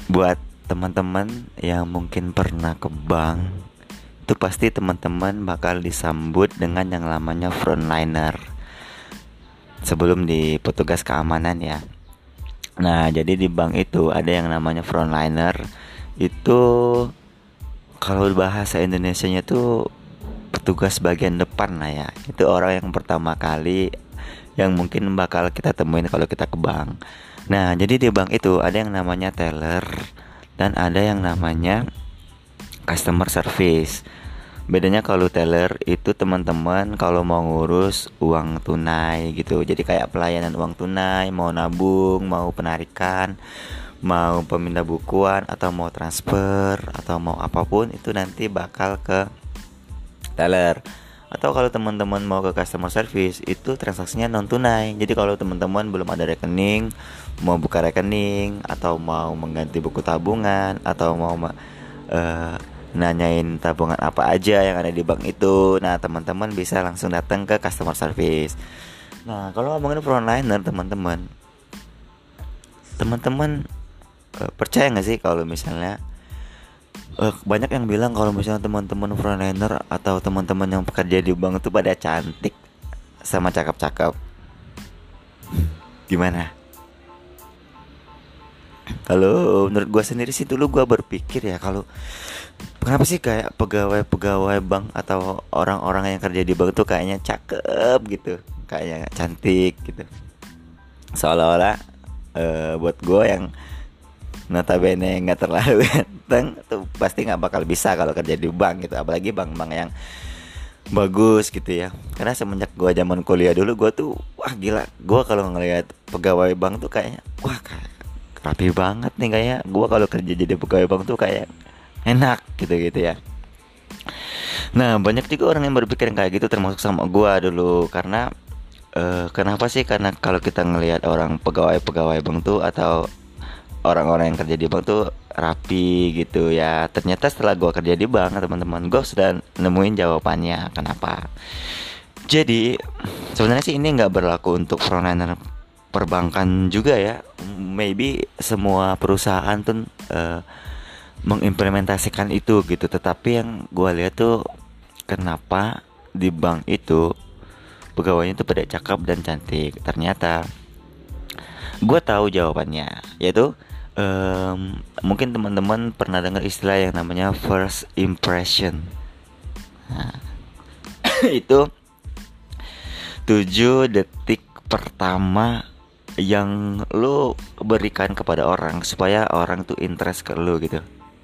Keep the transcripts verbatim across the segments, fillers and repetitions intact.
Buat teman-teman yang mungkin pernah ke bank, itu pasti teman-teman bakal disambut dengan yang namanya frontliner sebelum di petugas keamanan ya. Nah, jadi di bank itu ada yang namanya frontliner. Itu kalau bahasa Indonesianya tuh petugas bagian depan lah ya. Itu orang yang pertama kali yang mungkin bakal kita temuin kalau kita ke bank. Nah, jadi di bank itu ada yang namanya teller dan ada yang namanya customer service. Bedanya kalau teller itu teman-teman kalau mau ngurus uang tunai gitu. Jadi kayak pelayanan uang tunai, mau nabung, mau penarikan, mau pemindah bukuan atau mau transfer atau mau apapun itu nanti bakal ke teller. Atau kalau teman-teman mau ke customer service itu transaksinya non tunai. Jadi kalau teman-teman belum ada rekening, mau buka rekening atau mau mengganti buku tabungan atau mau eh, nanyain tabungan apa aja yang ada di bank itu, nah teman-teman bisa langsung datang ke customer service. Nah kalau ngomongin frontliner teman-teman, teman-teman eh, percaya nggak sih kalau misalnya eh, banyak yang bilang kalau misalnya teman-teman frontliner atau teman-teman yang bekerja di bank itu pada cantik sama cakep-cakep. Gimana? Kalau menurut gue sendiri sih dulu gue berpikir ya kalau kenapa sih kayak pegawai-pegawai bank atau orang-orang yang kerja di bank tuh kayaknya cakep gitu, kayaknya cantik gitu. Seolah-olah eh, buat gue yang notabene nggak terlalu ganteng tuh pasti nggak bakal bisa kalau kerja di bank gitu, apalagi bank-bank yang bagus gitu ya. Karena semenjak gue zaman kuliah dulu gue tuh wah gila, gue kalau ngelihat pegawai bank tuh kayaknya wah kayak rapi banget nih, kayak gue kalau kerja jadi pegawai bank tuh kayak enak gitu-gitu ya. Nah banyak juga orang yang berpikir kayak gitu termasuk sama gue dulu. Karena eh, kenapa sih, karena kalau kita ngelihat orang pegawai-pegawai bank tuh atau orang-orang yang kerja di bank tuh rapi gitu ya. Ternyata setelah gue kerja di bank teman-teman, gue sudah nemuin jawabannya kenapa. Jadi sebenarnya sih ini nggak berlaku untuk frontliner perbankan juga ya. Maybe semua perusahaan tuh eh, mengimplementasikan itu gitu. Tetapi yang gue lihat tuh kenapa di bank itu pegawainya tuh pada cakep dan cantik. Ternyata gue tahu jawabannya, yaitu em, mungkin teman-teman pernah dengar istilah yang namanya first impression. Nah, itu tujuh detik pertama yang lo berikan kepada orang supaya orang tuh interest ke lo gitu.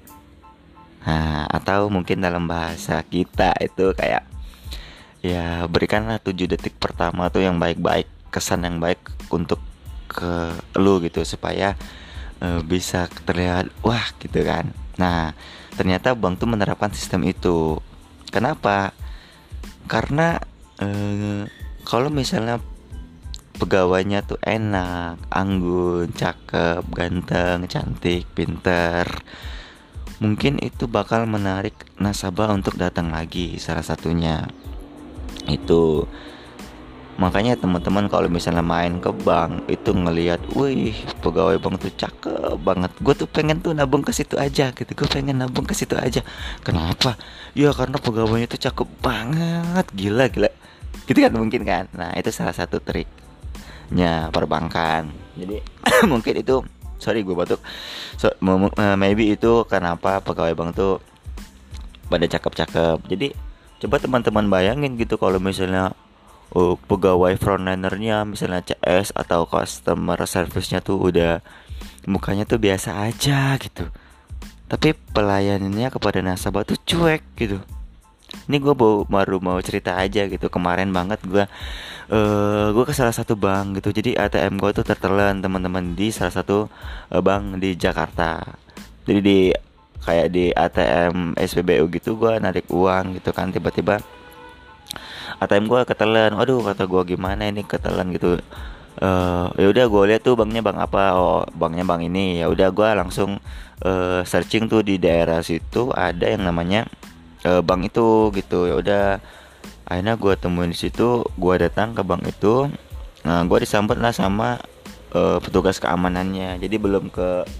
Nah, atau mungkin dalam bahasa kita itu kayak ya berikanlah tujuh detik pertama tuh yang baik-baik, kesan yang baik untuk ke lu gitu supaya eh, bisa terlihat wah gitu kan. Nah, ternyata bank tuh menerapkan sistem itu. Kenapa? Karena eh, kalau misalnya pegawainya tuh enak, anggun, cakep, ganteng, cantik, pinter, mungkin itu bakal menarik nasabah untuk datang lagi. Salah satunya itu. Makanya teman-teman kalau misalnya main ke bank itu ngelihat, wih pegawai bank tuh cakep banget. Gue tuh pengen tuh nabung ke situ aja gitu. Gue pengen nabung ke situ aja. Kenapa? Ya karena pegawainya tuh cakep banget, gila gila. Gitu kan mungkin kan. Nah itu salah satu triknya perbankan. Jadi mungkin itu, sorry gue batuk. So, maybe itu kenapa pegawai bank tuh pada cakep-cakep. Jadi coba teman-teman bayangin gitu kalau misalnya oh, pegawai frontlinernya misalnya C S atau customer service-nya tuh udah mukanya tuh biasa aja gitu, tapi pelayanannya kepada nasabah tuh cuek gitu. Ini gue baru mau cerita aja gitu. Kemarin banget gue eh gue ke salah satu bank gitu. Jadi A T M gue tuh tertelan teman-teman di salah satu eh, bank di Jakarta. Jadi di kayak di A T M S P B U gitu, gue narik uang gitu kan, tiba-tiba A T M gue ketelan. Aduh kata gue gimana ini ketelan gitu. Eh ya udah gue lihat tuh banknya bank apa. Oh banknya bank ini. Ya udah gue langsung eh, searching tuh di daerah situ ada yang namanya eh, bank itu gitu. Ya udah akhirnya gue temuin di situ. Gue datang ke bank itu. Nah gue disambut lah sama eh, petugas keamanannya. Jadi belum ke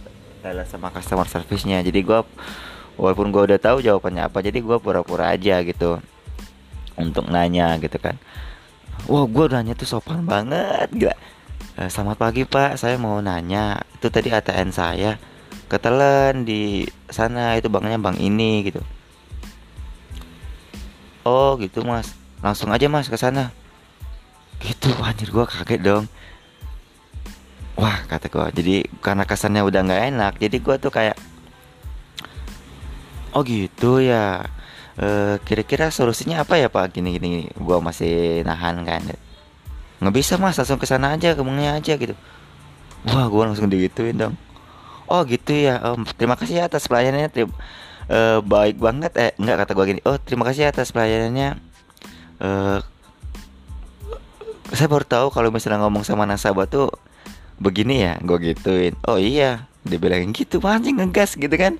balas sama customer service-nya. Jadi gue walaupun gue udah tahu jawabannya apa, jadi gue pura-pura aja gitu untuk nanya gitu kan. Wah, gue nanya tuh sopan banget gila. "Eh, selamat pagi pak, saya mau nanya, itu tadi A T M saya ketelen di sana, itu banknya bank ini gitu." "Oh gitu mas, langsung aja mas ke sana." Gitu, anjir gue kaget dong. Wah kata gue, jadi karena kesannya udah nggak enak, jadi gue tuh kayak, oh gitu ya. Eh, kira-kira solusinya apa ya pak? Gini gini, gue masih nahan kan. Nggak bisa mas, langsung ke sana aja, kemungnya aja gitu. Wah, gue langsung digituin dong. Oh gitu ya. Om, terima kasih ya atas pelayanannya. Terima, eh, baik banget. Eh, enggak kata gue gini. Oh, terima kasih atas pelayanannya. Eh, saya baru tahu kalau misalnya ngomong sama nasabah tuh begini ya. Gue gituin. Oh iya, dia bilangin gitu, anjing ngegas gitu kan.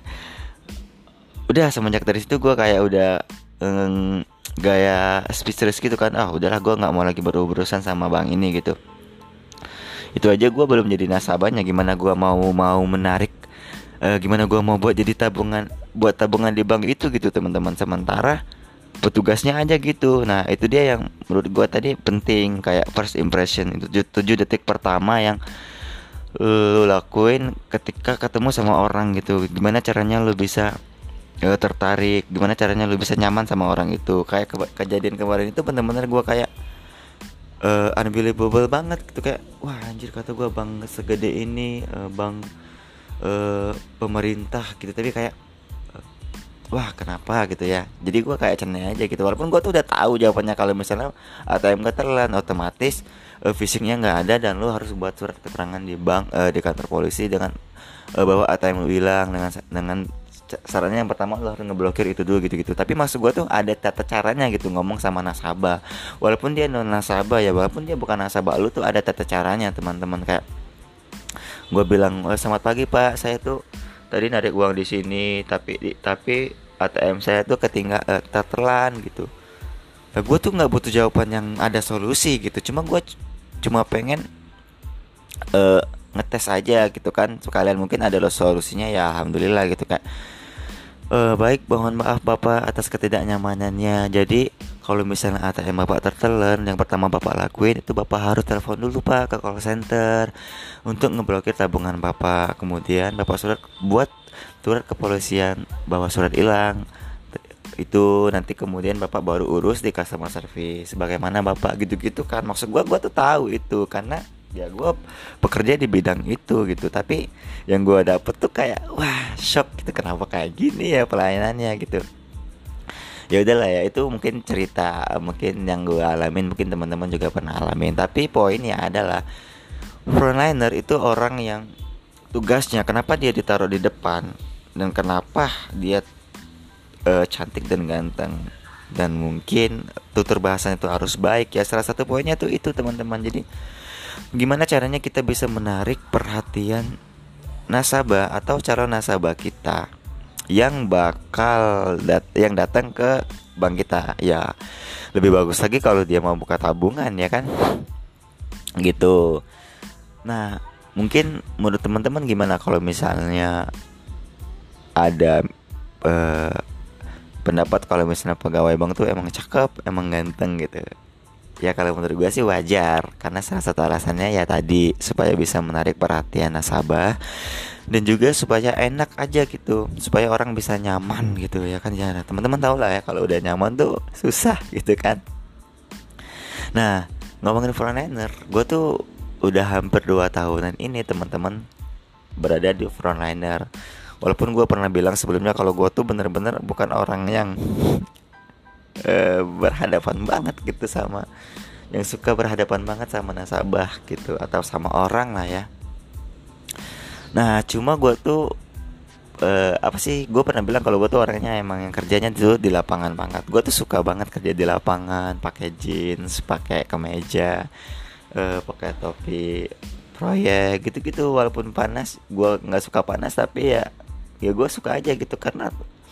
Udah semenjak dari situ gue kayak udah eng, gaya speechless gitu kan. Ah udahlah, gue nggak mau lagi berurusan sama bank ini gitu. Itu aja gue belum jadi nasabahnya, gimana gue mau mau menarik, eh, gimana gue mau buat jadi tabungan, buat tabungan di bank itu gitu teman-teman. Sementara petugasnya aja gitu. Nah itu dia yang menurut gue tadi penting, kayak first impression itu tujuh, tujuh detik pertama yang eh, lu lakuin ketika ketemu sama orang gitu. Gimana caranya lu bisa eh, tertarik, gimana caranya lu bisa nyaman sama orang itu. Kayak ke- kejadian kemarin itu bener-bener gue kayak eh, unbelievable banget gitu, kayak wah anjir kata gue, bang segede ini, eh, bang eh, pemerintah gitu, tapi kayak eh, wah kenapa gitu ya. Jadi gue kayak ceneh aja gitu, walaupun gue tuh udah tahu jawabannya. Kalau misalnya A T M keterlan, otomatis eh, fisiknya nggak ada dan lo harus buat surat keterangan di bank, eh, di kantor polisi dengan eh, bahwa A T M lo hilang, dengan dengan sarannya yang pertama lo harus ngeblokir itu dulu gitu-gitu. Tapi maksud gue tuh ada tata caranya gitu ngomong sama nasabah, walaupun dia non nasabah ya, walaupun dia bukan nasabah lu tuh ada tata caranya teman-teman. Kayak gue bilang, "Eh, selamat pagi pak, saya tuh tadi narik uang di sini, tapi di, tapi A T M saya tuh ketinggal, eh, tertelan gitu." Nah, gue tuh nggak butuh jawaban yang ada solusi gitu, cuma gue c- cuma pengen eh, ngetes aja gitu kan, sekalian mungkin ada lo solusinya ya alhamdulillah gitu kan. Eh, baik, mohon maaf Bapak atas ketidaknyamanannya. Jadi, kalau misalnya A T M Bapak tertelan, yang pertama Bapak lakuin itu Bapak harus telepon dulu Pak ke call center untuk ngeblokir tabungan Bapak. Kemudian Bapak surat buat surat kepolisian bahwa surat hilang. Itu nanti kemudian Bapak baru urus di customer service. Bagaimana Bapak gitu-gitu kan. Maksud gua gua tuh tahu itu karena ya gua bekerja di bidang itu gitu. Tapi yang gua dapet tuh kayak wah shock gitu, kenapa kayak gini ya pelayanannya gitu. Ya udahlah ya, itu mungkin cerita mungkin yang gue alamin, mungkin teman-teman juga pernah alamin. Tapi poinnya adalah frontliner itu orang yang tugasnya kenapa dia ditaruh di depan dan kenapa dia eh, cantik dan ganteng, dan mungkin tutur bahasanya itu harus baik ya. Salah satu poinnya tuh itu teman-teman. Jadi gimana caranya kita bisa menarik perhatian nasabah atau calon nasabah kita yang bakal dat yang datang ke bank kita ya. Lebih bagus lagi kalau dia mau buka tabungan ya kan gitu. Nah mungkin menurut teman-teman gimana kalau misalnya ada eh, pendapat kalau misalnya pegawai bank tuh emang cakep, emang ganteng gitu. Ya kalau menurut gue sih wajar, karena salah satu alasannya ya tadi supaya bisa menarik perhatian nasabah, dan juga supaya enak aja gitu, supaya orang bisa nyaman gitu ya kan. Ya teman-teman tau lah ya, kalau udah nyaman tuh susah gitu kan. Nah ngomongin frontliner, gue tuh udah hampir dua tahunan ini teman-teman berada di frontliner. Walaupun gue pernah bilang sebelumnya kalau gue tuh bener-bener bukan orang yang eh, berhadapan banget gitu sama, yang suka berhadapan banget sama nasabah gitu atau sama orang lah ya. Nah cuma gue tuh eh, apa sih, gue pernah bilang kalau gue tuh orangnya emang yang kerjanya tuh di lapangan banget. Gue tuh suka banget kerja di lapangan, pakai jeans, pakai kemeja, eh, pakai topi proyek gitu-gitu. Walaupun panas, gue nggak suka panas, tapi ya ya gue suka aja gitu karena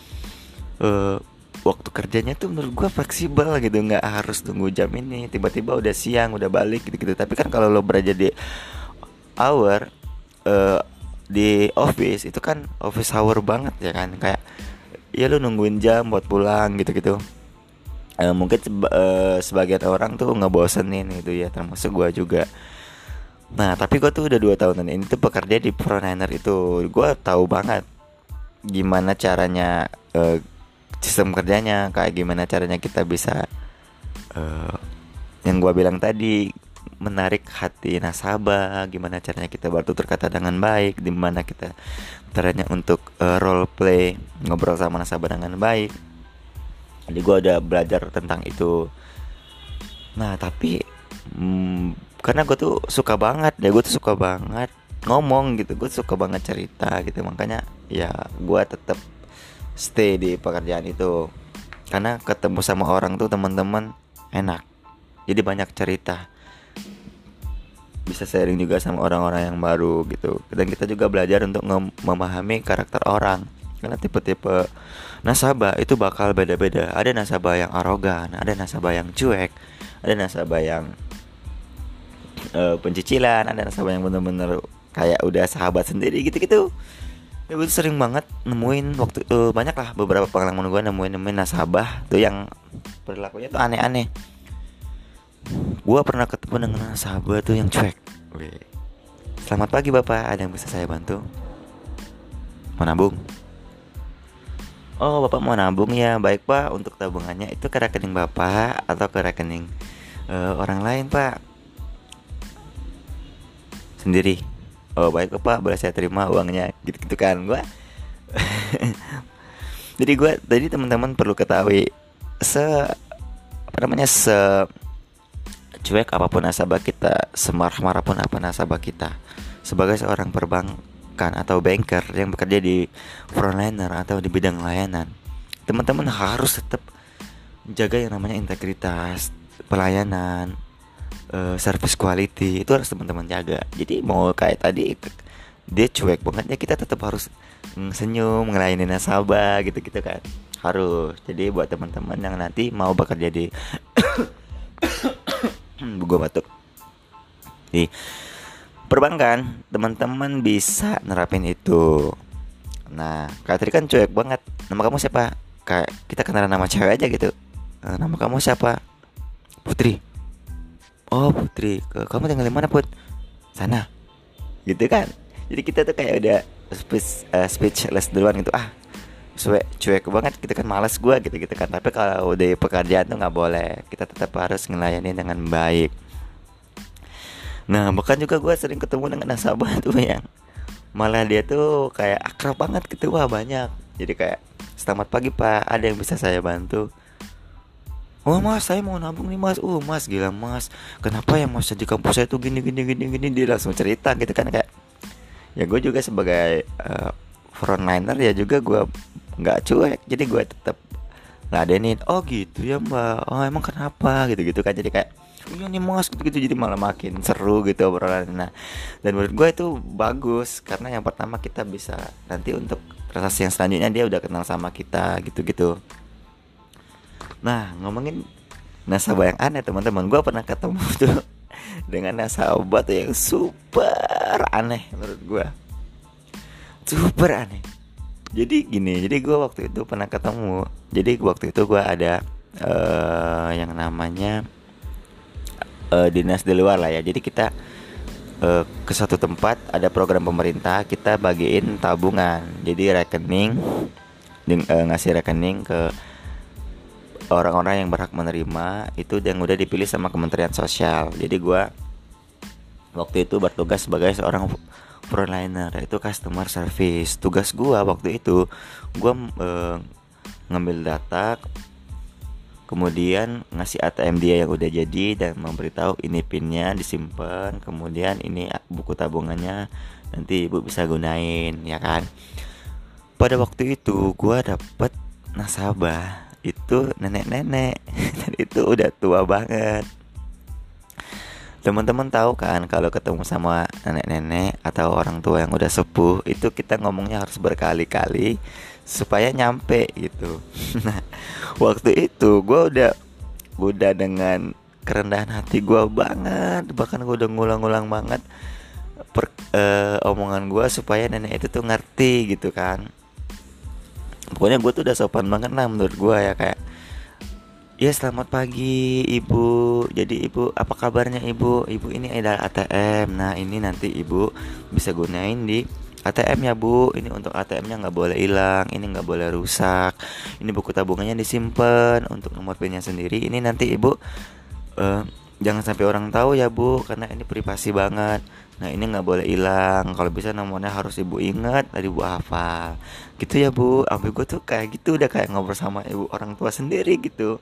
eh, waktu kerjanya tuh menurut gue fleksibel gitu, nggak harus tunggu jam ini, tiba-tiba udah siang udah balik gitu-gitu. Tapi kan kalau lo berada di hour, eh, di office itu kan office hour banget ya kan, kayak ya lu nungguin jam buat pulang gitu-gitu. Eh, mungkin seba- eh, sebagian orang tuh ngebosenin gitu ya, termasuk gua juga. Nah tapi gua tuh udah dua tahunan ini tuh bekerja di Frontliner itu, gua tahu banget gimana caranya, eh, sistem kerjanya, kayak gimana caranya kita bisa, eh, yang gua bilang tadi, menarik hati nasabah, gimana caranya kita bertutur kata dengan baik, gimana kita caranya untuk eh, role play ngobrol sama nasabah dengan baik. Jadi gue udah belajar tentang itu. Nah tapi hmm, karena gue tuh suka banget ya, gue tuh suka banget ngomong gitu, gue suka banget cerita gitu, makanya ya gue tetap stay di pekerjaan itu, karena ketemu sama orang tuh teman-teman enak, jadi banyak cerita, bisa sharing juga sama orang-orang yang baru gitu. Dan kita juga belajar untuk nge- memahami karakter orang, karena tipe-tipe nasabah itu bakal beda-beda. Ada nasabah yang arogan, ada nasabah yang cuek, ada nasabah yang eh, pencicilan, ada nasabah yang bener-bener kayak udah sahabat sendiri gitu-gitu. Ya gue tuh sering banget nemuin waktu eh, banyak lah beberapa pengalaman gue nemuin nemuin nasabah tuh yang perilakunya tuh aneh-aneh. Gua pernah ketemu dengan sahabat tuh yang cuek. Oke. Selamat pagi Bapak, ada yang bisa saya bantu? Mau nabung? Oh Bapak mau nabung ya, baik Pak. Untuk tabungannya itu ke rekening Bapak atau ke rekening eh, orang lain Pak? Sendiri. Oh baik Bapak, boleh saya terima uangnya? Gitu-gitu kan gua. Jadi gua tadi teman-teman perlu ketahui, se apa namanya, se cuek apapun nasabah kita, semarah-marah pun apa nasabah kita, sebagai seorang perbankan atau banker yang bekerja di frontliner atau di bidang layanan, teman-teman harus tetap jaga yang namanya integritas pelayanan, eh, service quality itu harus teman-teman jaga. Jadi mau kayak tadi dia cuek banget ya, kita tetap harus mm, senyum ngelayani nasabah gitu-gitu kan, harus. Jadi buat teman-teman yang nanti mau bekerja di gue batuk di perbankan, teman-teman bisa nerapin itu. Nah kayak tadi kan cuek banget, nama kamu siapa, kayak kita kenalan nama cewek aja gitu. "Eh, nama kamu siapa?" "Putri." "Oh Putri, ke kamu tinggal di mana Put?" "Sana." Gitu kan. Jadi kita tuh kayak udah speech, uh, speechless duluan gitu. Ah cuek cuek banget gitu kan, malas gue gitu gitu kan. Tapi kalau di pekerjaan tuh nggak boleh, kita tetap harus ngelayani dengan baik. Nah bahkan juga gue sering ketemu dengan nasabah tuh yang malah dia tuh kayak akrab banget gitu, wah banyak. Jadi kayak, "Selamat pagi Pak, ada yang bisa saya bantu?" "Oh Mas, saya mau nabung nih Mas." "Oh Mas, gila Mas, kenapa ya Mas, di kampus saya tuh gini gini gini gini." Dia langsung cerita gitu kan, kayak ya gue juga sebagai uh, frontliner ya juga gue nggak cuek, jadi gue tetap ngadenin. "Oh gitu ya Mbak, oh emang kenapa?" gitu-gitu kan. Jadi kayak, "Iya nih Mas," gitu-gitu. Jadi malah makin seru gitu obrolan. Nah dan menurut gue itu bagus, karena yang pertama kita bisa nanti untuk transaksi yang selanjutnya dia udah kenal sama kita gitu-gitu. Nah ngomongin nasabah yang aneh teman-teman, gue pernah ketemu tuh dengan nasabah tuh yang super aneh menurut gue, super aneh. Jadi gini, jadi gue waktu itu pernah ketemu. Jadi waktu itu gue ada eh yang namanya eh, dinas di luar lah ya. Jadi kita eh, ke satu tempat, ada program pemerintah, kita bagiin tabungan. Jadi rekening, ding- eh, ngasih rekening ke orang-orang yang berhak menerima itu, yang udah dipilih sama Kementerian Sosial. Jadi gue waktu itu bertugas sebagai seorang frontliner, yaitu customer service. Tugas gue waktu itu, gue eh, ngambil data, kemudian ngasih A T M dia yang udah jadi, dan memberitahu ini pinnya disimpan, kemudian ini buku tabungannya, nanti ibu bisa gunain ya kan. Pada waktu itu gue dapet nasabah itu nenek-nenek dan itu udah tua banget. Teman-teman tahu kan, kalau ketemu sama nenek-nenek atau orang tua yang udah sepuh, itu kita ngomongnya harus berkali-kali supaya nyampe gitu. Nah, waktu itu gue udah udah dengan kerendahan hati gue banget, bahkan gue udah ngulang-ngulang banget per, eh, omongan gue supaya nenek itu tuh ngerti gitu kan. Pokoknya gue tuh udah sopan banget lah menurut gue ya, kayak ya selamat pagi ibu. Jadi ibu apa kabarnya ibu? Ibu ini adalah A T M. Nah ini nanti ibu bisa gunain di A T M ya bu. Ini untuk A T M-nya nggak boleh hilang. Ini nggak boleh rusak. Ini buku tabungannya disimpan. Untuk nomor pinnya sendiri ini nanti ibu eh, jangan sampai orang tahu ya bu, karena ini privasi banget. Nah ini nggak boleh hilang. Kalau bisa nomornya harus ibu ingat, tadi ibu hafal. Gitu ya bu. Sampai gue tuh kayak gitu udah kayak ngobrol sama ibu orang tua sendiri gitu.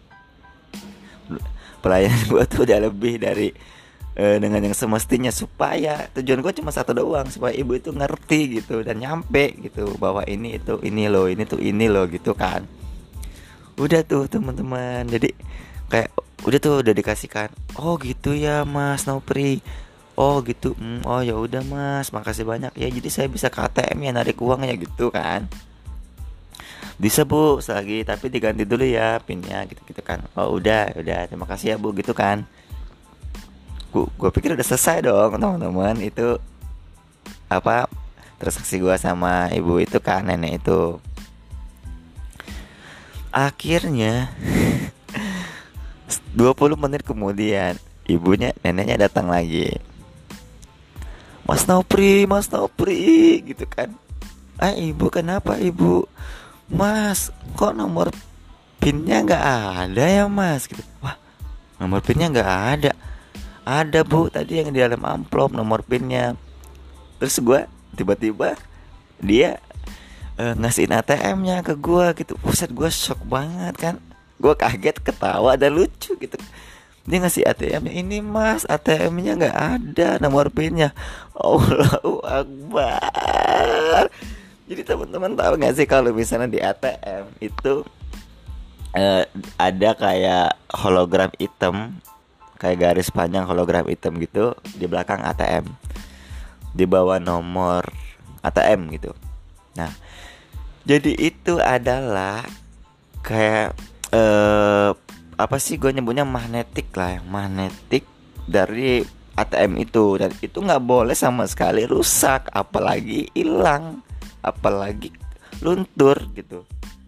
Pelayanan gue tuh udah lebih dari eh, dengan yang semestinya, supaya tujuan gue cuma satu doang, supaya ibu itu ngerti gitu dan nyampe gitu bahwa ini itu ini loh, ini tuh ini loh gitu kan. Udah tuh teman-teman, jadi kayak udah tuh udah dikasihkan. Oh gitu ya Mas Nopri. Oh gitu. Hmm, oh ya udah Mas, makasih banyak ya. Jadi saya bisa ke A T M ya narik uangnya gitu kan. Bisa bu selagi, tapi diganti dulu ya pinnya gitu-gitu kan. Oh udah udah terima kasih ya bu gitu kan. Gu- Gue pikir udah selesai dong teman-teman. Itu apa, transaksi gua sama ibu itu kan, nenek itu. Akhirnya dua puluh menit kemudian ibunya neneknya datang lagi. Mas Nopri, Mas Nopri gitu kan. Ah ibu kenapa ibu? Mas kok nomor pinnya nggak ada ya mas gitu. Wah nomor pinnya nggak ada. Ada bu, tadi yang di dalam amplop nomor pinnya. Terus gue tiba-tiba dia eh, ngasihin A T M-nya ke gue gitu. Buset gue shock banget kan. Gue kaget, ketawa dan lucu gitu. Dia ngasih A T M-nya, ini mas A T M-nya nggak ada nomor pinnya. Allahu Akbar. Jadi teman-teman tahu nggak sih kalau misalnya di A T M itu eh, ada kayak hologram hitam, kayak garis panjang hologram hitam gitu di belakang A T M, di bawah nomor A T M gitu. Nah, jadi itu adalah kayak eh, apa sih gue nyebutnya magnetik lah, magnetik dari A T M itu, dan itu nggak boleh sama sekali rusak, apalagi hilang, apalagi luntur gitu.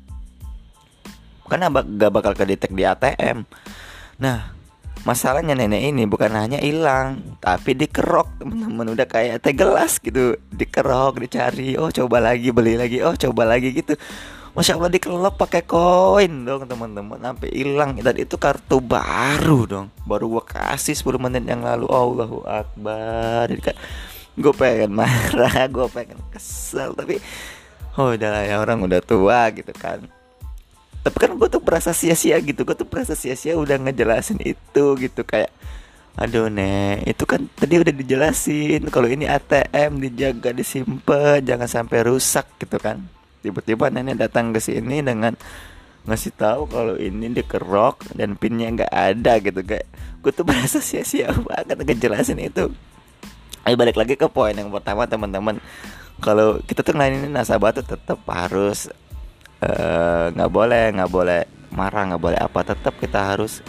Karena bak- gak bakal kedetek di A T M. Nah, masalahnya nenek ini bukan hanya hilang, tapi dikerok teman-teman, udah kayak teh gelas gitu, dikerok, dicari, oh coba lagi, beli lagi, oh coba lagi gitu. Masya Allah dikelok pakai koin dong teman-teman, sampai hilang. Dan itu kartu baru dong, baru gua kasih sepuluh menit yang lalu. Allahu Akbar. Jadi kan gue pengen marah, gue pengen kesel, tapi oh udah lah ya, orang udah tua gitu kan. Tapi kan gue tuh merasa sia-sia gitu, gue tuh merasa sia-sia udah ngejelasin itu gitu, kayak aduh nek, itu kan tadi udah dijelasin kalau ini A T M dijaga, disimpan, jangan sampai rusak gitu kan. Tiba-tiba nenek datang ke sini dengan ngasih tahu kalau ini dikerok dan pinnya nggak ada gitu, kayak gue tuh merasa sia-sia banget ngejelasin itu. Ayo balik lagi ke poin yang pertama teman-teman. Kalau kita tuh ngelainin nasabah tuh tetap harus eh, nggak boleh nggak boleh marah, nggak boleh apa, tetap kita harus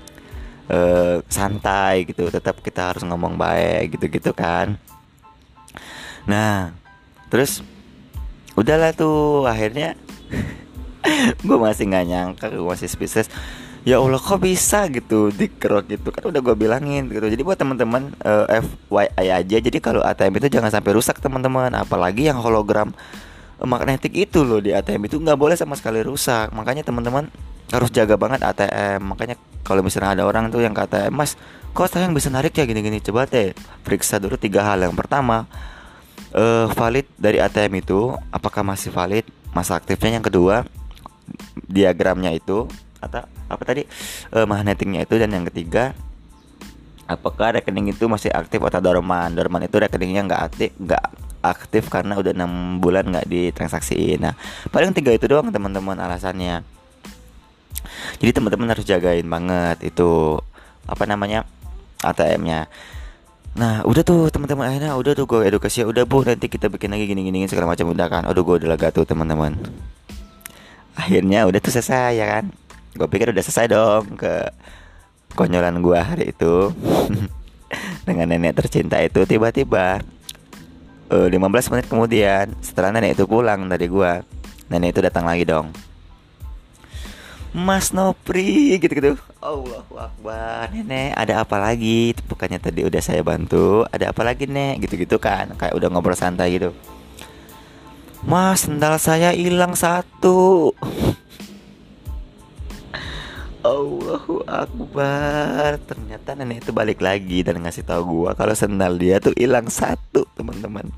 eh, santai gitu, tetap kita harus ngomong baik gitu-gitu kan. Nah terus udahlah tuh akhirnya gue masih nggak nyangka, gue masih speechless. Ya Allah kok bisa gitu dikerok gitu kan, udah gue bilangin gitu. Jadi buat teman-teman eh, F Y I aja, jadi kalau A T M itu jangan sampai rusak teman-teman, apalagi yang hologram eh, magnetik itu loh di A T M itu nggak boleh sama sekali rusak. Makanya teman-teman harus jaga banget A T M. Makanya kalau misalnya ada orang tuh yang ke A T M, mas kok saya yang bisa narik ya gini-gini, coba deh periksa dulu tiga hal. Yang pertama eh, valid dari A T M itu apakah masih valid, masa aktifnya. Yang kedua diagramnya itu atau apa tadi eh, magnetiknya itu. Dan yang ketiga apakah rekening itu masih aktif atau dorman. Dorman itu rekeningnya nggak aktif, nggak aktif karena udah enam bulan nggak ditransaksiin. Nah paling tiga itu doang teman-teman alasannya. Jadi teman-teman harus jagain banget itu apa namanya A T M-nya. Nah udah tuh teman-teman, akhirnya udah tuh gue edukasi, udah bu nanti kita bikin lagi gini-gini segala macam, udah kan. Aduh gue udah lega tuh teman-teman. Akhirnya udah tuh selesai ya kan. Gue pikir udah selesai dong ke konyolan gue hari itu dengan nenek tercinta itu. Tiba-tiba eh, lima belas menit kemudian setelah nenek itu pulang dari gua, nenek itu datang lagi dong. Mas Nopri gitu-gitu. Allahu Akbar. Nenek ada apa lagi? Bukannya tadi udah saya bantu, ada apa lagi nek? Gitu-gitu kan. Kayak udah ngobrol santai gitu. Mas, sendal saya hilang satu. Allahu Akbar. Ternyata nenek itu balik lagi dan ngasih tahu gua kalau sendal dia tuh hilang satu, teman-teman.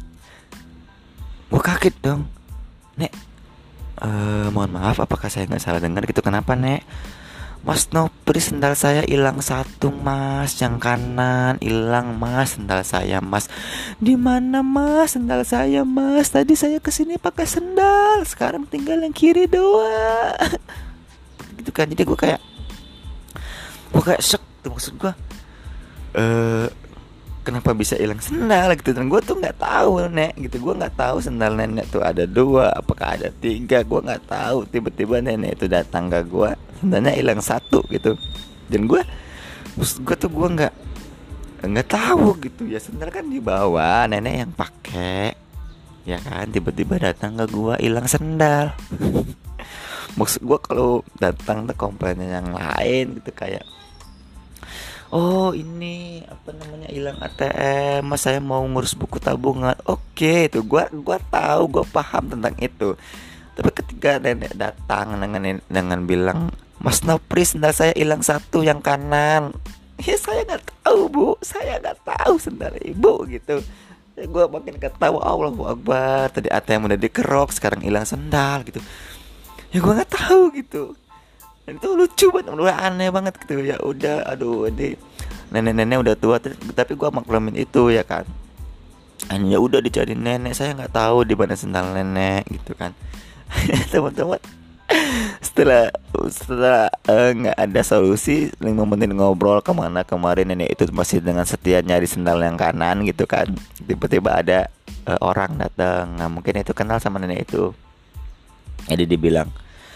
Gua kaget dong. Nek, eh mohon maaf, apakah saya nggak salah dengar gitu? Kenapa nek? Mas Nopri, sendal saya hilang satu mas, yang kanan hilang mas, sendal saya mas. Di mana mas sendal saya mas? Tadi saya kesini pakai sendal, sekarang tinggal yang kiri doang. Gitu kan, jadi gue kayak gue kayak shock tuh, maksud gue eh kenapa bisa hilang sendal gitu. Dan gue tuh nggak tahu nek gitu, gue nggak tahu sendal nenek tuh ada dua, apakah ada tiga, gue nggak tahu. Tiba-tiba nenek itu datang ke gue, sendalnya hilang satu gitu. Dan gue maksud gue tuh gue nggak nggak tahu gitu ya, sendal kan dibawa nenek yang pakai ya kan. Tiba-tiba datang ke gue hilang sendal. Maksud gue kalau datang tuh komplainnya yang lain gitu, kayak oh ini apa namanya hilang A T M mas, saya mau ngurus buku tabungan. Oke, itu gua gua tahu, gua paham tentang itu. Tapi ketika nenek datang dengan dengan bilang Mas Nopri, sendal saya hilang satu yang kanan, ya saya nggak tahu bu, saya nggak tahu sendal ibu gitu. Ya gua makin ketawa, Allahu Akbar. Tadi A T M udah dikerok, sekarang hilang sendal gitu. Ya gua nggak tahu gitu. Dan itu lucu banget, udah aneh banget gitu. Ya udah, aduh, ini nenek-nenek udah tua, tapi gue maklumin itu ya kan. Dan ya udah dicari nenek, saya nggak tahu di mana sendal nenek gitu kan. Teman-teman, setelah setelah nggak uh, ada solusi, lima menit ngobrol kemana kemarin nenek itu masih dengan setia nyari sendal yang kanan gitu kan. Tiba-tiba ada uh, orang datang, nah, mungkin itu kenal sama nenek itu. Jadi dibilang,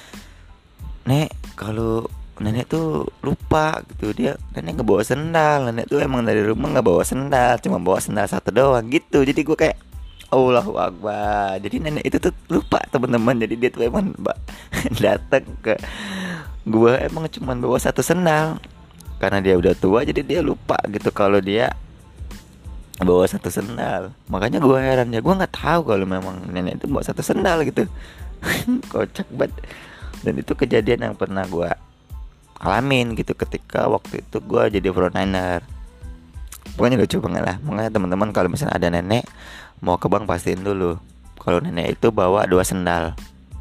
Nek, kalau nenek tuh lupa gitu, dia nenek nggak bawa sendal, nenek tuh emang dari rumah nggak bawa sendal, cuma bawa sendal satu doang gitu. Jadi gue kayak Allahu Akbar. Jadi nenek itu tuh lupa, teman-teman. Jadi dia tuh emang datang ke gue emang cuma bawa satu sendal, karena dia udah tua jadi dia lupa gitu kalau dia bawa satu sendal. Makanya gue heran ya, gue nggak tahu kalau memang nenek itu bawa satu sendal gitu. Kocak banget. Dan itu kejadian yang pernah gue alamin gitu ketika waktu itu gue jadi frontliner. Pokoknya lucu banget lah. Makanya teman-teman kalau misalnya ada nenek mau ke bank, pastiin dulu kalau nenek itu bawa dua sendal,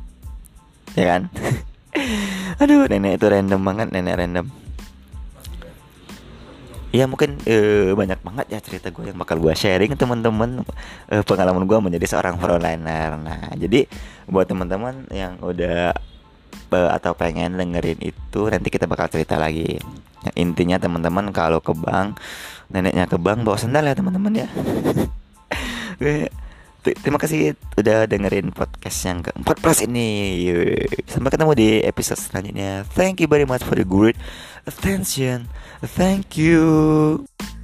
ya kan. Aduh, nenek itu random banget, nenek random. Ya mungkin eh, banyak banget ya cerita gue yang bakal gue sharing teman-teman, eh, pengalaman gue menjadi seorang frontliner. Nah jadi buat teman-teman yang udah atau pengen dengerin itu, nanti kita bakal cerita lagi. Yang intinya teman-teman kalau ke bank, neneknya ke bank bawa sandal ya teman-teman ya. Terima kasih udah dengerin podcast yang keempat belas ini. Sampai ketemu di episode selanjutnya. Thank you very much for the great attention. Thank you.